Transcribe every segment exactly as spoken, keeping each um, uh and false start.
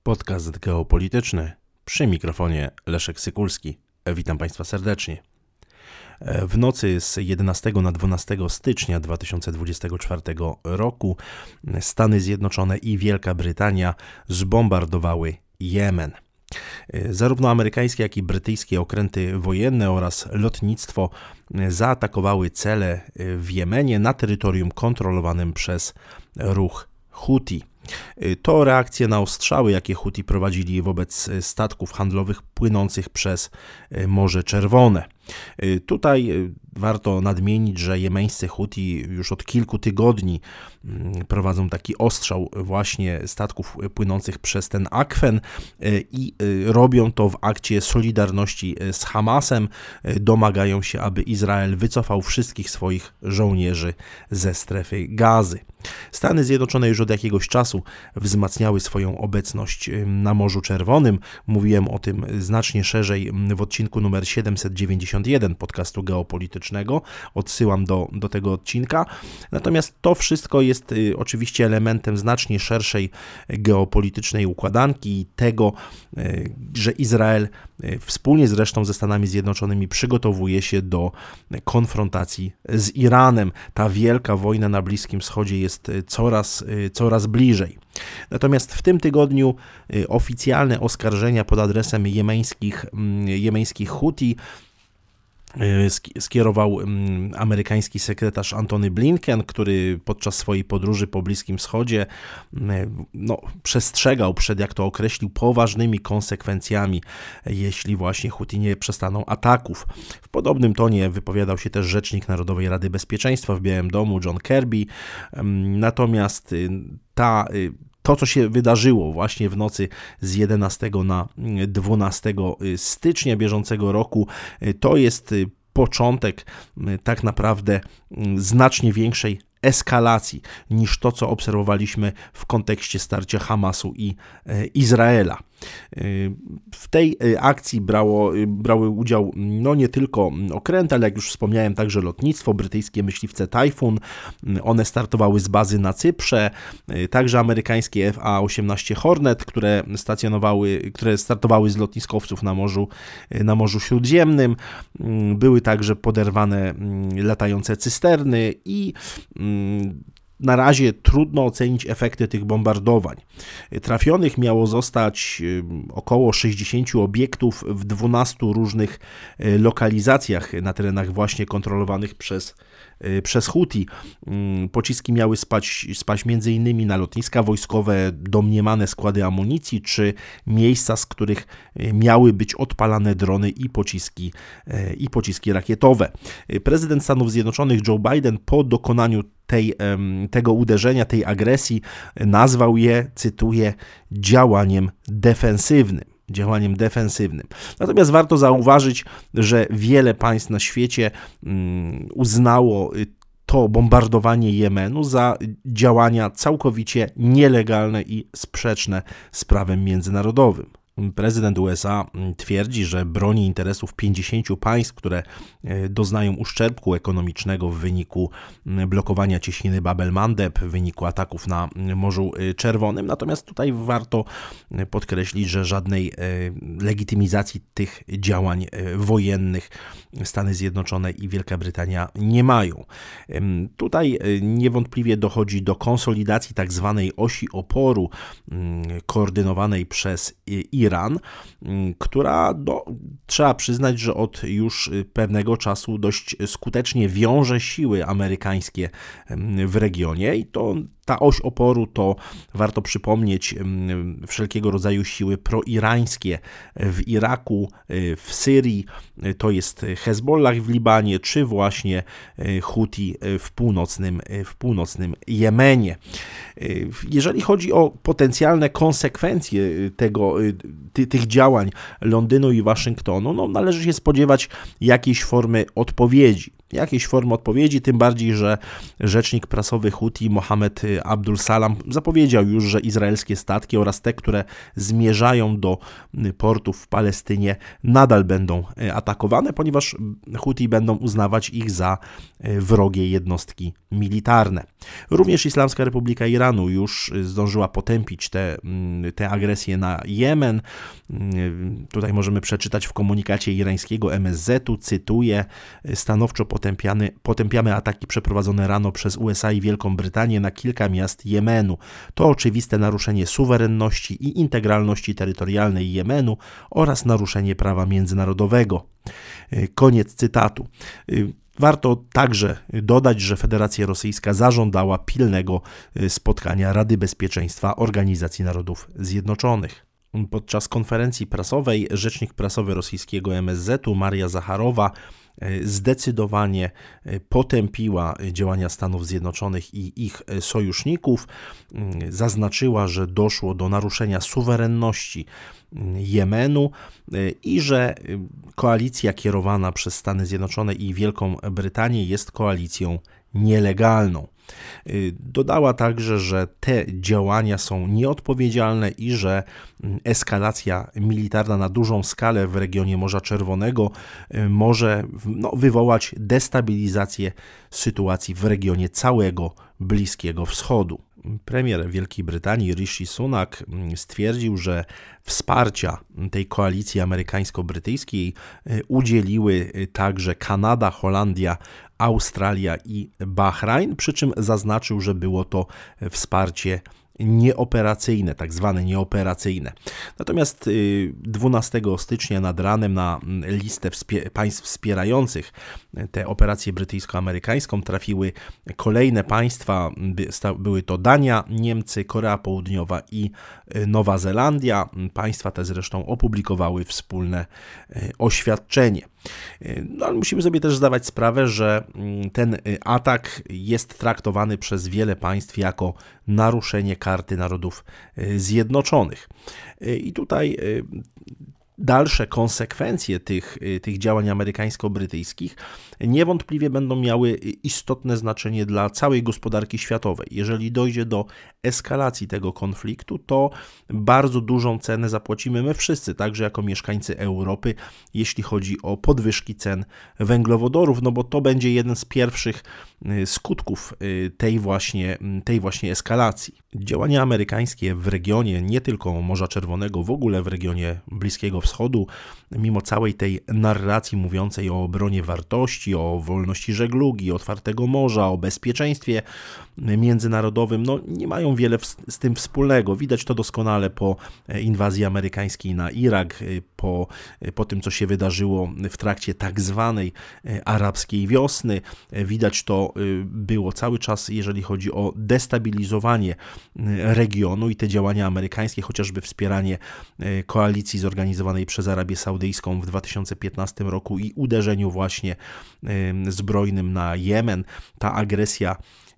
Podcast geopolityczny, przy mikrofonie Leszek Sykulski. Witam Państwa serdecznie. W nocy z jedenastego na dwunastego stycznia dwa tysiące dwudziestego czwartego roku Stany Zjednoczone i Wielka Brytania zbombardowały Jemen. Zarówno amerykańskie, jak i brytyjskie okręty wojenne oraz lotnictwo zaatakowały cele w Jemenie na terytorium kontrolowanym przez ruch Huti. To reakcje na ostrzały, jakie Huti prowadzili wobec statków handlowych płynących przez Morze Czerwone. Tutaj warto nadmienić, że jemeńscy Huti już od kilku tygodni prowadzą taki ostrzał właśnie statków płynących przez ten akwen i robią to w akcie solidarności z Hamasem. Domagają się, aby Izrael wycofał wszystkich swoich żołnierzy ze strefy Gazy. Stany Zjednoczone już od jakiegoś czasu wzmacniały swoją obecność na Morzu Czerwonym. Mówiłem o tym znacznie szerzej w odcinku numer siedemset dziewięćdziesiąt jeden podcastu geopolitycznego. Odsyłam do, do tego odcinka. Natomiast to wszystko jest y, oczywiście elementem znacznie szerszej geopolitycznej układanki i tego, y, że Izrael y, wspólnie zresztą ze Stanami Zjednoczonymi przygotowuje się do konfrontacji z Iranem. Ta wielka wojna na Bliskim Wschodzie jest coraz, y, coraz bliżej. Natomiast w tym tygodniu y, oficjalne oskarżenia pod adresem jemeńskich, y, jemeńskich Huti skierował amerykański sekretarz Antony Blinken, który podczas swojej podróży po Bliskim Wschodzie no, przestrzegał przed, jak to określił, poważnymi konsekwencjami, jeśli właśnie Huti nie przestaną ataków. W podobnym tonie wypowiadał się też rzecznik Narodowej Rady Bezpieczeństwa w Białym Domu, John Kirby. Natomiast ta To, co się wydarzyło właśnie w nocy z jedenastego na dwunastego stycznia bieżącego roku, to jest początek tak naprawdę znacznie większej eskalacji niż to, co obserwowaliśmy w kontekście starcia Hamasu i Izraela. W tej akcji brało, brały udział no nie tylko okręty, ale jak już wspomniałem, także lotnictwo, brytyjskie myśliwce Tajfun. One startowały z bazy na Cyprze, także amerykańskie F A osiemnaście Hornet, które stacjonowały, które startowały z lotniskowców na Morzu, na Morzu Śródziemnym. Były także poderwane latające cysterny i na razie trudno ocenić efekty tych bombardowań. Trafionych miało zostać około sześćdziesięciu obiektów w dwunastu różnych lokalizacjach na terenach właśnie kontrolowanych przez, przez Huti. Pociski miały spać, spać między innymi na lotniska wojskowe, domniemane składy amunicji czy miejsca, z których miały być odpalane drony i pociski, i pociski rakietowe. Prezydent Stanów Zjednoczonych Joe Biden po dokonaniu Tej, tego uderzenia, tej agresji nazwał je, cytuję, działaniem defensywnym. Działaniem defensywnym. Natomiast warto zauważyć, że wiele państw na świecie uznało to bombardowanie Jemenu za działania całkowicie nielegalne i sprzeczne z prawem międzynarodowym. Prezydent U S A twierdzi, że broni interesów pięćdziesięciu państw, które doznają uszczerbku ekonomicznego w wyniku blokowania cieśniny Bab el-Mandeb, w wyniku ataków na Morzu Czerwonym. Natomiast tutaj warto podkreślić, że żadnej legitymizacji tych działań wojennych Stany Zjednoczone i Wielka Brytania nie mają. Tutaj niewątpliwie dochodzi do konsolidacji tak zwanej osi oporu koordynowanej przez Iran, która no, trzeba przyznać, że od już pewnego czasu dość skutecznie wiąże siły amerykańskie w regionie i to ta oś oporu to, warto przypomnieć, wszelkiego rodzaju siły proirańskie w Iraku, w Syrii, to jest Hezbollah w Libanie, czy właśnie Huti w północnym, w północnym Jemenie. Jeżeli chodzi o potencjalne konsekwencje tego, ty, tych działań Londynu i Waszyngtonu, no, należy się spodziewać jakiejś formy odpowiedzi. jakiejś formy odpowiedzi, tym bardziej, że rzecznik prasowy Huti Mohammed Abdul Salam zapowiedział już, że izraelskie statki oraz te, które zmierzają do portów w Palestynie, nadal będą atakowane, ponieważ Huti będą uznawać ich za wrogie jednostki militarne. Również Islamska Republika Iranu już zdążyła potępić te, te agresje na Jemen. Tutaj możemy przeczytać w komunikacie irańskiego M S Z-u, cytuję: stanowczo potępiamy, potępiamy ataki przeprowadzone rano przez U S A i Wielką Brytanię na kilka miast Jemenu. To oczywiste naruszenie suwerenności i integralności terytorialnej Jemenu oraz naruszenie prawa międzynarodowego. Koniec cytatu. Warto także dodać, że Federacja Rosyjska zażądała pilnego spotkania Rady Bezpieczeństwa Organizacji Narodów Zjednoczonych. Podczas konferencji prasowej rzecznik prasowy rosyjskiego M S Z-u Maria Zacharowa zdecydowanie potępiła działania Stanów Zjednoczonych i ich sojuszników. Zaznaczyła, że doszło do naruszenia suwerenności Jemenu i że koalicja kierowana przez Stany Zjednoczone i Wielką Brytanię jest koalicją nielegalną. Dodała także, że te działania są nieodpowiedzialne i że eskalacja militarna na dużą skalę w regionie Morza Czerwonego może no, wywołać destabilizację sytuacji w regionie całego Bliskiego Wschodu. Premier Wielkiej Brytanii Rishi Sunak stwierdził, że wsparcia tej koalicji amerykańsko-brytyjskiej udzieliły także Kanada, Holandia, Australia i Bahrajn, przy czym zaznaczył, że było to wsparcie nieoperacyjne, tak zwane nieoperacyjne. Natomiast dwunastego stycznia nad ranem na listę państw wspierających tę operację brytyjsko-amerykańską trafiły kolejne państwa. Były to Dania, Niemcy, Korea Południowa i Nowa Zelandia. Państwa te zresztą opublikowały wspólne oświadczenie. No, ale musimy sobie też zdawać sprawę, że ten atak jest traktowany przez wiele państw jako naruszenie Karty Narodów Zjednoczonych. I tutaj dalsze konsekwencje tych, tych działań amerykańsko-brytyjskich niewątpliwie będą miały istotne znaczenie dla całej gospodarki światowej. Jeżeli dojdzie do eskalacji tego konfliktu, to bardzo dużą cenę zapłacimy my wszyscy, także jako mieszkańcy Europy, jeśli chodzi o podwyżki cen węglowodorów, no bo to będzie jeden z pierwszych skutków tej właśnie, tej właśnie eskalacji. Działania amerykańskie w regionie, nie tylko Morza Czerwonego, w ogóle w regionie Bliskiego Wschodu, mimo całej tej narracji mówiącej o obronie wartości, o wolności żeglugi, otwartego morza, o bezpieczeństwie międzynarodowym, no nie mają wiele z tym wspólnego. Widać to doskonale po inwazji amerykańskiej na Irak, po, po tym, co się wydarzyło w trakcie tak zwanej arabskiej wiosny. Widać to było cały czas, jeżeli chodzi o destabilizowanie regionu i te działania amerykańskie, chociażby wspieranie koalicji zorganizowanej przez Arabię Saudyjską w dwa tysiące piętnastym roku i uderzeniu właśnie zbrojnym na Jemen. Ta agresja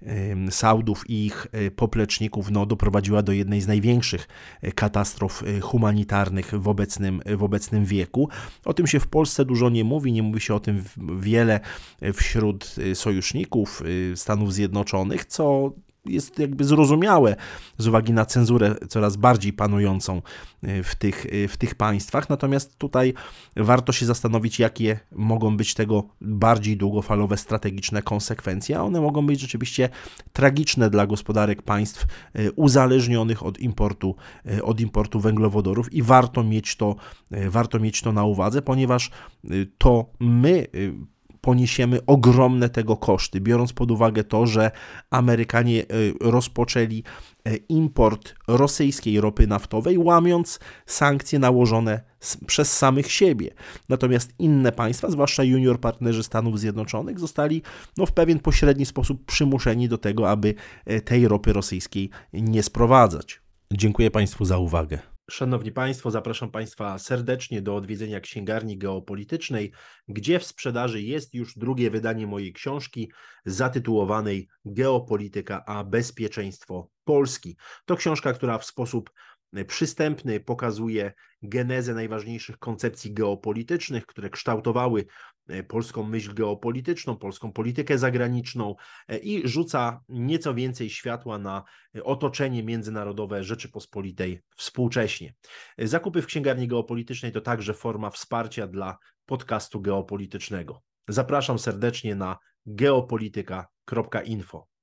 Saudów i ich popleczników no, doprowadziła do jednej z największych katastrof humanitarnych w obecnym, w obecnym wieku. O tym się w Polsce dużo nie mówi, nie mówi się o tym wiele wśród sojuszników Stanów Zjednoczonych, co jest jakby zrozumiałe z uwagi na cenzurę coraz bardziej panującą w tych, w tych państwach. Natomiast tutaj warto się zastanowić, jakie mogą być tego bardziej długofalowe, strategiczne konsekwencje, a one mogą być rzeczywiście tragiczne dla gospodarek państw uzależnionych od importu, od importu węglowodorów i warto mieć to, warto mieć to na uwadze, ponieważ to my poniesiemy ogromne tego koszty, biorąc pod uwagę to, że Amerykanie rozpoczęli import rosyjskiej ropy naftowej, łamiąc sankcje nałożone przez samych siebie. Natomiast inne państwa, zwłaszcza junior partnerzy Stanów Zjednoczonych, zostali no, w pewien pośredni sposób przymuszeni do tego, aby tej ropy rosyjskiej nie sprowadzać. Dziękuję Państwu za uwagę. Szanowni Państwo, zapraszam Państwa serdecznie do odwiedzenia Księgarni Geopolitycznej, gdzie w sprzedaży jest już drugie wydanie mojej książki zatytułowanej Geopolityka a bezpieczeństwo Polski. To książka, która w sposób przystępny pokazuje genezę najważniejszych koncepcji geopolitycznych, które kształtowały polską myśl geopolityczną, polską politykę zagraniczną i rzuca nieco więcej światła na otoczenie międzynarodowe Rzeczypospolitej współcześnie. Zakupy w księgarni geopolitycznej to także forma wsparcia dla podcastu geopolitycznego. Zapraszam serdecznie na geopolityka kropka info.